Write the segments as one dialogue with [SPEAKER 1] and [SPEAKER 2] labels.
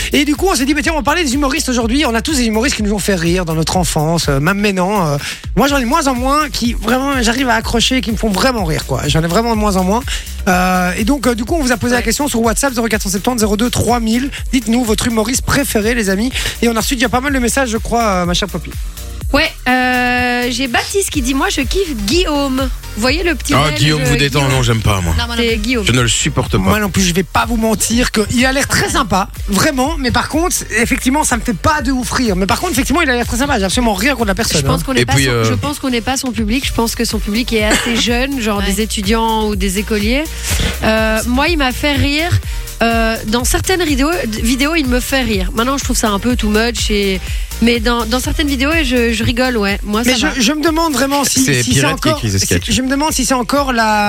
[SPEAKER 1] Et du coup, on s'est dit, tiens, on va parler des humoristes aujourd'hui. On a tous des humoristes qui nous ont fait rire dans notre enfance, même maintenant. Moi, j'en ai de moins en moins qui vraiment, j'arrive à accrocher, qui me font vraiment rire, quoi. J'en ai vraiment de moins en moins. Et donc, du coup, on vous a posé la question sur WhatsApp 0470 02 3000. Dites-nous votre humoriste préféré, les amis. Et on a reçu déjà pas mal de messages, je crois, ma chère Poppy.
[SPEAKER 2] Ouais, j'ai Baptiste qui dit moi je kiffe Guillaume. Vous voyez le petit belge,
[SPEAKER 3] Guillaume vous détend, non, j'aime pas, moi.
[SPEAKER 2] C'est Guillaume.
[SPEAKER 3] Je ne le supporte pas.
[SPEAKER 1] Moi non plus, je vais pas vous mentir qu'il a l'air très sympa, vraiment. Mais par contre, effectivement, ça me fait pas de ouf rire. Mais par contre, effectivement, il a l'air très sympa. J'ai absolument rien contre la personne.
[SPEAKER 2] Je pense qu'on
[SPEAKER 3] Et
[SPEAKER 2] n'est pas,
[SPEAKER 3] puis,
[SPEAKER 2] je pense qu'on n'est pas son public. Je pense que son public est assez jeune, genre des étudiants ou des écoliers. Moi, il m'a fait rire. Dans certaines vidéos, il me fait rire. Maintenant, je trouve ça un peu too much. Mais dans certaines vidéos, je rigole, ouais. Moi, ça
[SPEAKER 1] mais je me demande vraiment si c'est encore. Je me demande si c'est encore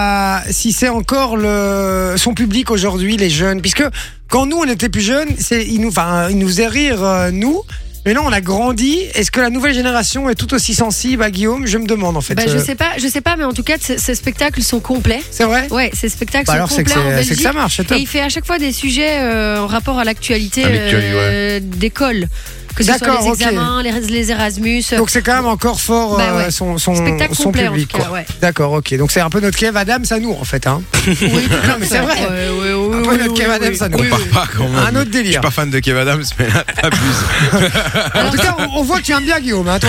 [SPEAKER 1] son public aujourd'hui, les jeunes, puisque quand nous on était plus jeunes, il nous faisait rire nous. Mais non, on a grandi. Est-ce que la nouvelle génération est tout aussi sensible à Guillaume? Je me demande en fait.
[SPEAKER 2] Je sais pas, mais en tout cas, ces spectacles sont complets.
[SPEAKER 1] C'est vrai?
[SPEAKER 2] Ouais, ces spectacles sont
[SPEAKER 1] alors
[SPEAKER 2] complets en Belgique.
[SPEAKER 1] c'est que ça marche.
[SPEAKER 2] Et il fait à chaque fois des sujets en rapport à l'actualité d'école. Que ce soit les examens, les Erasmus.
[SPEAKER 1] Donc c'est quand même encore fort son
[SPEAKER 2] spectacle
[SPEAKER 1] son
[SPEAKER 2] complet,
[SPEAKER 1] public.
[SPEAKER 2] En tout cas,
[SPEAKER 1] quoi. D'accord, ok. Donc c'est un peu notre Kev Adams à nous en fait. Hein.
[SPEAKER 2] Oui,
[SPEAKER 1] non mais c'est vrai. Un peu notre Kev Adams à nous.
[SPEAKER 3] On part pas quand même.
[SPEAKER 1] Un autre délire.
[SPEAKER 3] Je suis pas fan de Kev Adams, mais là, t'abuses.
[SPEAKER 1] En tout cas, on voit que tu aimes bien Guillaume, hein, toi.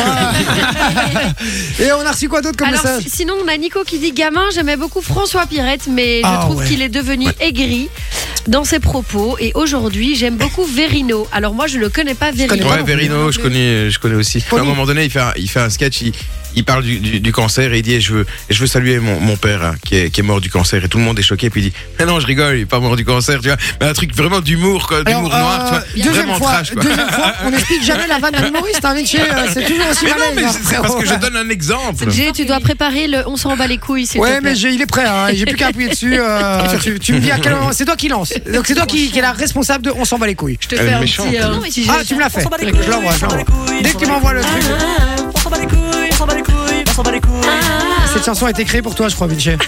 [SPEAKER 1] Et on a reçu quoi d'autre comme message?
[SPEAKER 2] Sinon, on a Nico qui dit gamin, j'aimais beaucoup François Pirette, mais je trouve qu'il est devenu aigri dans ses propos. Et aujourd'hui, j'aime beaucoup Verino. Alors moi, je le connais pas, Verino.
[SPEAKER 3] Ouais, Verino, je connais aussi. À un moment donné, il fait un sketch, il parle du cancer et il dit je veux saluer mon père hein, qui est mort du cancer et tout le monde est choqué puis il dit mais non je rigole, il est pas mort du cancer, tu vois, mais un truc vraiment d'humour quoi, d'humour noir, tu vois, vraiment trash quoi.
[SPEAKER 1] Deuxième fois, on n'explique jamais la vanne d'un humoriste, hein, Vinci, c'est toujours aussi
[SPEAKER 3] mais
[SPEAKER 1] malaise.
[SPEAKER 3] non, mais c'est parce que je donne un exemple.
[SPEAKER 2] Jay, tu dois préparer le on s'en bat les couilles.
[SPEAKER 1] Ouais, mais il est prêt, hein, j'ai plus qu'à appuyer dessus. Tu me dis à quel moment, c'est toi qui lance. Donc c'est toi qui est la responsable de on s'en bat les couilles.
[SPEAKER 2] Je te fais un petit.
[SPEAKER 1] Ah, tu me l'as fait. Je l'envoie. Dès que tu m'envoies le truc.
[SPEAKER 4] On s'en bat les couilles, on s'en bat les couilles, on s'en bat les couilles.
[SPEAKER 1] Cette chanson a été créée pour toi, je crois, Vinci.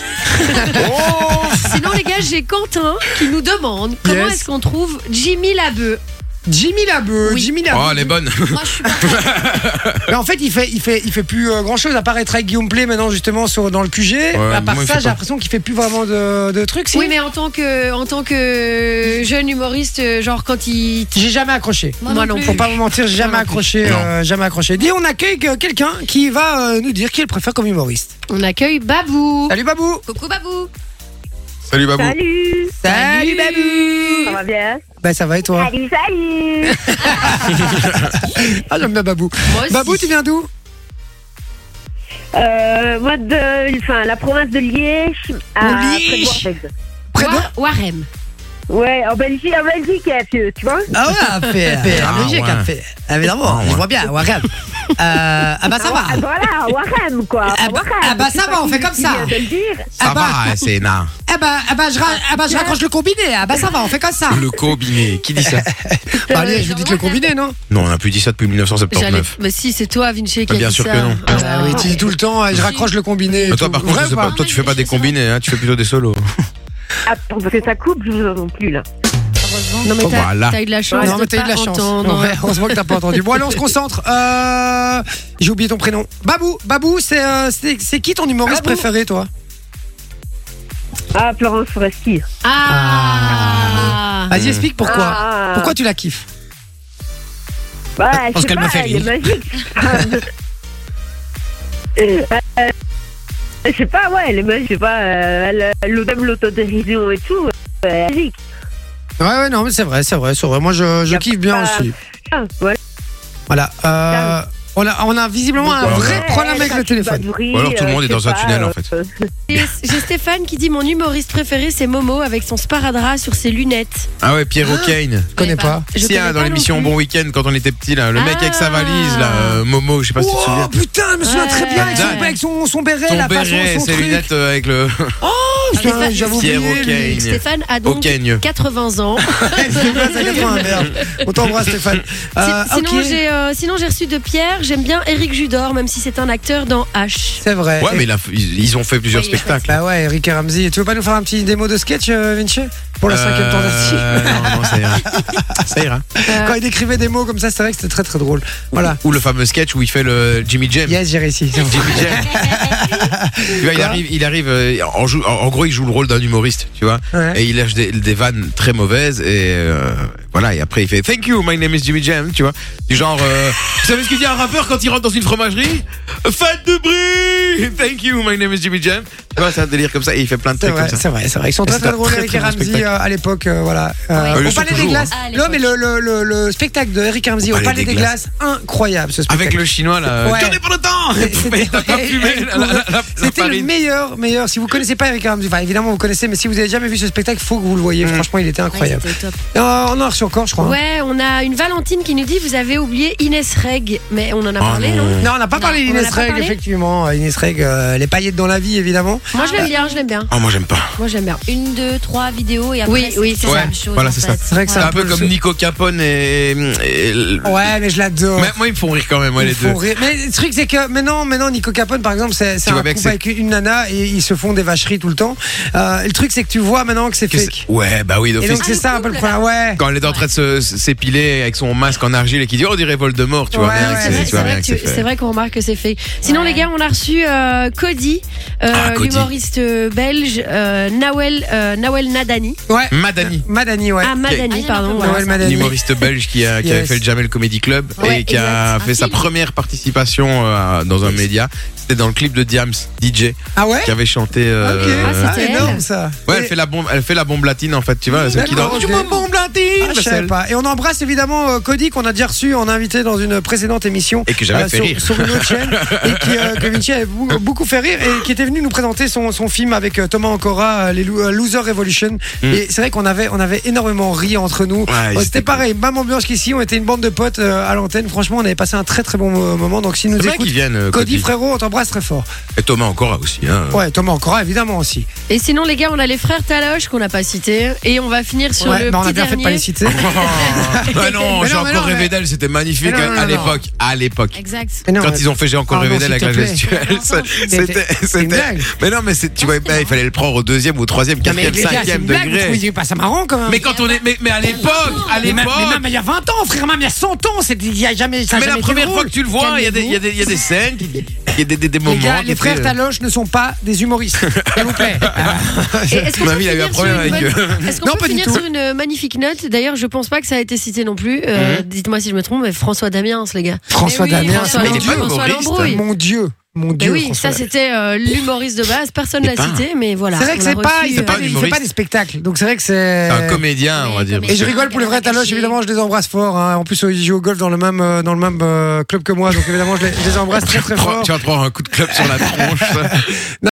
[SPEAKER 2] Sinon, les gars, j'ai Quentin qui nous demande comment est-ce qu'on trouve Jimmy Labeu.
[SPEAKER 1] Jimmy Labeu.
[SPEAKER 3] Oh, elle est bonne.
[SPEAKER 2] Moi, je suis pas
[SPEAKER 1] Mais en fait, il fait plus grand chose à part être avec Guillaume Play maintenant justement dans le QG. À part ça, j'ai l'impression qu'il fait plus vraiment de trucs. Si.
[SPEAKER 2] Oui, mais en tant que jeune humoriste, genre quand il.
[SPEAKER 1] J'ai jamais accroché.
[SPEAKER 2] Moi non plus.
[SPEAKER 1] Faut pas vous mentir, j'ai jamais accroché. Jamais accroché. Dis, on accueille quelqu'un qui va nous dire qui il préfère comme humoriste.
[SPEAKER 2] On accueille Babou.
[SPEAKER 1] Salut Babou.
[SPEAKER 2] Coucou Babou.
[SPEAKER 3] Salut Babou.
[SPEAKER 1] Salut Babou.
[SPEAKER 5] Ça va bien?
[SPEAKER 1] Ben ça va et toi?
[SPEAKER 5] Salut.
[SPEAKER 1] Ah j'aime bien Babou.
[SPEAKER 2] Moi aussi.
[SPEAKER 1] Babou, tu viens d'où?
[SPEAKER 5] Moi de la province de Liège à
[SPEAKER 1] Liège.
[SPEAKER 5] près de Warfeld.
[SPEAKER 1] Près de
[SPEAKER 2] Warem.
[SPEAKER 5] Ouais, en Belgique, tu vois.
[SPEAKER 1] Ah ouais, en Belgique, évidemment, je vois bien, Warem. Ah bah ça va.
[SPEAKER 5] Voilà, Warem quoi.
[SPEAKER 1] Ah bah ça va, on fait comme ça.
[SPEAKER 5] De le dire.
[SPEAKER 3] Ça va, c'est na.
[SPEAKER 1] Je raccroche le combiné. Ah bah ça va, on fait comme ça.
[SPEAKER 3] Le combiné, qui dit ça?
[SPEAKER 1] Bah allez, je vous dis le combiné, non?
[SPEAKER 3] Non, on n'a plus dit ça depuis 1979.
[SPEAKER 2] Mais si, c'est toi, Vinci, qui a
[SPEAKER 3] Bien
[SPEAKER 2] dit
[SPEAKER 3] sûr
[SPEAKER 2] ça.
[SPEAKER 3] que non.
[SPEAKER 1] Ah oui, tu dis tout le temps, je raccroche le combiné.
[SPEAKER 3] Mais toi par contre, je sais pas, toi tu fais pas des combinés, hein, tu fais plutôt des solos.
[SPEAKER 5] Attends, parce que ça coupe, je vous entends plus là.
[SPEAKER 2] Non mais
[SPEAKER 3] Voilà.
[SPEAKER 2] t'as eu de la chance.
[SPEAKER 1] Non mais t'as eu de la chance. Ouais, heureusement que t'as pas entendu. Bon allez, on se concentre. J'ai oublié ton prénom. Babou, c'est qui ton humoriste préféré, toi?
[SPEAKER 5] Ah, Florence Foresti.
[SPEAKER 1] Vas-y, explique pourquoi. Pourquoi tu la kiffes?
[SPEAKER 5] Bah,
[SPEAKER 1] Parce qu'elle me fait rire.
[SPEAKER 5] Elle est magique. Je sais pas, ouais, elle est magique. Je sais pas, elle aime l'autodérision et tout. Elle est magique.
[SPEAKER 1] Ouais, non, mais c'est vrai. Moi, je kiffe bien aussi. Voilà. On a visiblement un vrai problème avec le téléphone.
[SPEAKER 3] Ou alors tout le monde est dans un tunnel en fait.
[SPEAKER 2] J'ai Stéphane qui dit mon humoriste préféré c'est Momo avec son sparadrap sur ses lunettes.
[SPEAKER 3] Ah ouais, Pierrot Kane.
[SPEAKER 1] Je connais pas.
[SPEAKER 3] Si, dans l'émission Bon Week-end quand on était petit là, le mec avec sa valise là, Momo, je sais pas si tu te souviens.
[SPEAKER 1] Oh putain, je me souviens très bien avec son béret,
[SPEAKER 3] Son
[SPEAKER 1] la
[SPEAKER 3] béret,
[SPEAKER 1] son
[SPEAKER 3] ses
[SPEAKER 1] truc.
[SPEAKER 3] lunettes avec le.
[SPEAKER 1] Oh, putain, j'avoue.
[SPEAKER 3] Pierrot Kane.
[SPEAKER 2] Stéphane a donc 80 ans.
[SPEAKER 1] Stéphane, ça 80, merde. On t'embrasse Stéphane.
[SPEAKER 2] Sinon j'ai reçu de Pierre, j'aime bien Éric Judor, même si c'est un acteur dans H.
[SPEAKER 1] C'est vrai.
[SPEAKER 3] Ouais, mais ils ont fait plusieurs spectacles.
[SPEAKER 1] Bah ouais, Eric et Ramsey. Tu veux pas nous faire un petit démo de sketch, Vinci? Pour la 5e tentative.
[SPEAKER 3] Non, ça ira. Ça ira.
[SPEAKER 1] Quand il décrivait des mots comme ça, c'est vrai que c'était très très drôle. Voilà.
[SPEAKER 3] Ou le fameux sketch où il fait le Jimmy Jam.
[SPEAKER 1] Yes, j'ai réussi.
[SPEAKER 3] Jimmy Jam. Tu vois, il arrive en gros, il joue le rôle d'un humoriste, tu vois.
[SPEAKER 1] Ouais.
[SPEAKER 3] Et il lâche des vannes très mauvaises et voilà, et après il fait Thank you, my name is Jimmy Jam, tu vois. Du genre, vous savez ce que dit un rappeur quand il rentre dans une fromagerie? Faites de bruit! Thank you, my name is Jimmy Jam. Tu vois, c'est un délire comme ça et il fait plein de
[SPEAKER 1] C'est
[SPEAKER 3] trucs
[SPEAKER 1] vrai,
[SPEAKER 3] comme ça.
[SPEAKER 1] c'est vrai, c'est vrai. Ils sont très
[SPEAKER 3] C'est
[SPEAKER 1] très
[SPEAKER 3] un
[SPEAKER 1] drôles,
[SPEAKER 3] très,
[SPEAKER 1] Eric
[SPEAKER 3] très
[SPEAKER 1] et
[SPEAKER 3] bon
[SPEAKER 1] Ramsey
[SPEAKER 3] spectacle.
[SPEAKER 1] à l'époque, voilà.
[SPEAKER 3] Ils le
[SPEAKER 1] Au
[SPEAKER 3] sont
[SPEAKER 1] Palais des
[SPEAKER 3] toujours,
[SPEAKER 1] Glaces.
[SPEAKER 2] hein.
[SPEAKER 1] Non, mais le spectacle de Eric et Ramsey au Palais des Glaces, incroyable ce spectacle.
[SPEAKER 3] Avec le chinois là.
[SPEAKER 1] Ouais.
[SPEAKER 3] Tenez pas le temps!
[SPEAKER 1] C'était-
[SPEAKER 3] Il t'a pas fumé la
[SPEAKER 1] C'était le
[SPEAKER 3] farine.
[SPEAKER 1] meilleur. Si vous connaissez pas Eric et Ramsey, enfin évidemment vous connaissez, mais si vous avez jamais vu ce spectacle, faut que vous le voyez. Franchement, il était incroyable.
[SPEAKER 2] Ouais, c'était top.
[SPEAKER 1] On en a reçu encore, je crois. hein.
[SPEAKER 2] Ouais, on a une Valentine qui nous dit vous avez oublié Inès Reg, mais on en a parlé,
[SPEAKER 3] non.
[SPEAKER 2] non
[SPEAKER 1] Non, on n'a pas parlé
[SPEAKER 2] on en
[SPEAKER 1] d'Inès
[SPEAKER 2] a pas
[SPEAKER 1] Reg,
[SPEAKER 2] parlé
[SPEAKER 1] effectivement. Inès Reg, les paillettes dans la vie, évidemment.
[SPEAKER 2] Moi je l'aime bien, je l'aime bien.
[SPEAKER 3] Oh, moi j'aime pas.
[SPEAKER 2] Moi j'aime bien.
[SPEAKER 6] 1, 2, 3 vidéos et après
[SPEAKER 2] Oui, oui, c'est
[SPEAKER 6] la
[SPEAKER 2] ça.
[SPEAKER 6] même chose.
[SPEAKER 3] Voilà,
[SPEAKER 6] en
[SPEAKER 3] c'est
[SPEAKER 6] fait.
[SPEAKER 3] ça.
[SPEAKER 1] C'est vrai que
[SPEAKER 3] C'est
[SPEAKER 1] c'est
[SPEAKER 3] un peu
[SPEAKER 1] le
[SPEAKER 3] comme
[SPEAKER 1] seul-
[SPEAKER 3] Nico Capone et
[SPEAKER 1] Ouais, mais je l'adore.
[SPEAKER 3] Mais moi ils me font rire quand même, moi les
[SPEAKER 1] Ils
[SPEAKER 3] deux.
[SPEAKER 1] font rire. Mais le truc, c'est que maintenant, Nico Capone, par exemple, c'est
[SPEAKER 3] Tu
[SPEAKER 1] un
[SPEAKER 3] vois bien que
[SPEAKER 1] couple avec une nana et ils se font des vacheries tout le temps. Le truc, c'est que tu vois maintenant que c'est fake.
[SPEAKER 3] Ouais, bah oui,
[SPEAKER 1] Et
[SPEAKER 3] d'office.
[SPEAKER 1] donc, c'est ça un peu le problème. Ouais.
[SPEAKER 3] Quand elle est en train de s'épiler avec son masque en argile et qui dit on dirait Voldemort, tu vois
[SPEAKER 1] Ouais,
[SPEAKER 3] bien
[SPEAKER 1] ouais,
[SPEAKER 3] que
[SPEAKER 2] C'est vrai,
[SPEAKER 3] tu vois bien que
[SPEAKER 2] c'est
[SPEAKER 3] c'est fait.
[SPEAKER 2] vrai qu'on remarque que c'est fait. Sinon,
[SPEAKER 6] Ouais.
[SPEAKER 2] les gars, on a reçu Cody,
[SPEAKER 3] Cody.
[SPEAKER 2] l'humoriste belge, Nawel Nadani.
[SPEAKER 1] Ouais.
[SPEAKER 3] Madani.
[SPEAKER 1] Madani, ouais.
[SPEAKER 2] Ah, Madani,
[SPEAKER 6] Ah,
[SPEAKER 2] pardon.
[SPEAKER 6] Nawel
[SPEAKER 2] voilà.
[SPEAKER 1] Noël
[SPEAKER 3] Un
[SPEAKER 1] Madani.
[SPEAKER 3] humoriste belge qui avait
[SPEAKER 1] Yes.
[SPEAKER 3] fait le Jamel Comedy Club
[SPEAKER 2] Ouais,
[SPEAKER 3] et qui a
[SPEAKER 6] exact.
[SPEAKER 3] fait
[SPEAKER 6] Un
[SPEAKER 3] sa
[SPEAKER 6] film.
[SPEAKER 3] première participation dans un média. C'était dans le clip de Diams, DJ,
[SPEAKER 1] Ah ouais?
[SPEAKER 3] qui avait chanté.
[SPEAKER 1] Ok.
[SPEAKER 2] Ah, c'était
[SPEAKER 1] énorme
[SPEAKER 2] elle.
[SPEAKER 1] ça.
[SPEAKER 3] Ouais,
[SPEAKER 1] Et-
[SPEAKER 3] elle fait la bombe latine en fait, tu vois, celle qui
[SPEAKER 1] D'accord,
[SPEAKER 3] danse.
[SPEAKER 1] ok.
[SPEAKER 3] Tu m'as bombe latine,
[SPEAKER 1] Ah, je
[SPEAKER 3] c'est
[SPEAKER 1] savais
[SPEAKER 3] elle.
[SPEAKER 1] pas. Et on embrasse évidemment Cody qu'on a déjà reçu en invité dans une précédente émission.
[SPEAKER 3] Et que j'avais fait
[SPEAKER 1] sur,
[SPEAKER 3] rire.
[SPEAKER 1] sur une autre chaîne. Et que Vinci avait beaucoup fait rire et qui était venu nous présenter son film avec Thomas Ancora, les Loser Revolution. Et c'est vrai qu'on avait énormément ri entre nous.
[SPEAKER 3] Ouais,
[SPEAKER 1] C'était
[SPEAKER 3] c'était
[SPEAKER 1] pareil, même ambiance qu'ici. On était une bande de potes à l'antenne. Franchement, on avait passé un très très bon moment. Donc, s'il nous
[SPEAKER 3] C'est vrai
[SPEAKER 1] écoute,
[SPEAKER 3] qu'ils viennent,
[SPEAKER 1] Cody,
[SPEAKER 3] Cody.
[SPEAKER 1] frérot, on t'embrasse très fort.
[SPEAKER 3] Et Thomas Ancora aussi. Hein.
[SPEAKER 1] Ouais, Thomas Ancora, évidemment aussi.
[SPEAKER 2] Et sinon, les gars, on a les frères Taloche qu'on n'a pas cités. Et on va finir sur
[SPEAKER 1] Ouais,
[SPEAKER 2] le
[SPEAKER 1] mais on a
[SPEAKER 2] petit
[SPEAKER 1] bien fait de pas
[SPEAKER 2] dernier.
[SPEAKER 1] les citer.
[SPEAKER 3] Ah non,
[SPEAKER 1] Mais
[SPEAKER 3] j'ai
[SPEAKER 1] non, mais
[SPEAKER 3] encore
[SPEAKER 1] non,
[SPEAKER 3] rêvé
[SPEAKER 1] mais-
[SPEAKER 3] d'elle, c'était magnifique
[SPEAKER 1] Mais non, non,
[SPEAKER 3] à
[SPEAKER 1] non,
[SPEAKER 3] l'époque. À l'époque.
[SPEAKER 6] Exact.
[SPEAKER 1] Mais non,
[SPEAKER 3] Quand
[SPEAKER 1] mais-
[SPEAKER 3] ils ont fait J'ai encore
[SPEAKER 1] Pardon,
[SPEAKER 3] rêvé d'elle avec
[SPEAKER 1] s'il
[SPEAKER 3] la
[SPEAKER 1] te plaît.
[SPEAKER 3] gestuelle,
[SPEAKER 1] C'est une blague.
[SPEAKER 3] Mais non, mais tu vois, il fallait le prendre au deuxième ou au troisième,
[SPEAKER 1] Non, mais
[SPEAKER 3] quatrième,
[SPEAKER 1] les gars, c'est
[SPEAKER 3] cinquième
[SPEAKER 1] une blague, vous
[SPEAKER 3] degré.
[SPEAKER 1] trouvez pas ça marrant quand même.
[SPEAKER 3] Mais quand on est, mais à l'époque,
[SPEAKER 1] Mais même il y a 20 ans, frère, même il y a 100 ans, il y a jamais. Ça a
[SPEAKER 3] Mais la
[SPEAKER 1] jamais été
[SPEAKER 3] première
[SPEAKER 1] drôle.
[SPEAKER 3] fois que tu le vois, il y a des scènes, il y a des moments.
[SPEAKER 1] Les gars,
[SPEAKER 3] qui
[SPEAKER 1] les frères
[SPEAKER 3] étaient-
[SPEAKER 1] Taloche ne sont pas des humoristes. S'il vous plaît.
[SPEAKER 2] Et est-ce qu'on
[SPEAKER 3] Ma
[SPEAKER 2] peut
[SPEAKER 3] vie, il a eu un
[SPEAKER 2] finir
[SPEAKER 3] problème
[SPEAKER 2] sur une
[SPEAKER 3] avec
[SPEAKER 2] bonne- Est-ce qu'on
[SPEAKER 1] Non,
[SPEAKER 2] peut
[SPEAKER 1] pas du
[SPEAKER 2] finir
[SPEAKER 1] tout.
[SPEAKER 2] sur une magnifique note? D'ailleurs, je pense pas que ça a été cité non plus. Dites-moi si je me trompe, mais François Damiens, les gars.
[SPEAKER 1] François
[SPEAKER 2] Mais oui,
[SPEAKER 1] Damiens,
[SPEAKER 2] François
[SPEAKER 3] mais il est pas
[SPEAKER 2] Lambrouille, François
[SPEAKER 3] humoriste.
[SPEAKER 2] Lambrouille.
[SPEAKER 1] Mon Dieu. Mon
[SPEAKER 2] Mais
[SPEAKER 1] Dieu.
[SPEAKER 2] oui,
[SPEAKER 1] François
[SPEAKER 2] ça c'était l'humoriste de base, personne l'a
[SPEAKER 3] pas.
[SPEAKER 2] cité, mais voilà.
[SPEAKER 1] C'est vrai que
[SPEAKER 2] on
[SPEAKER 1] c'est
[SPEAKER 2] l'a
[SPEAKER 1] pas,
[SPEAKER 2] reçu,
[SPEAKER 1] c'est pas,
[SPEAKER 3] un
[SPEAKER 1] des- c'est
[SPEAKER 3] humoriste.
[SPEAKER 1] pas des spectacles. Donc c'est vrai que c'est.
[SPEAKER 3] C'est un comédien, on va dire.
[SPEAKER 1] Et je rigole pour les vrais Taloche, évidemment, je les embrasse fort. hein. En plus, ils jouent au golf dans le même club que moi, donc évidemment, je les embrasse très très fort.
[SPEAKER 3] Tu vas te prendre un coup de club sur la tronche.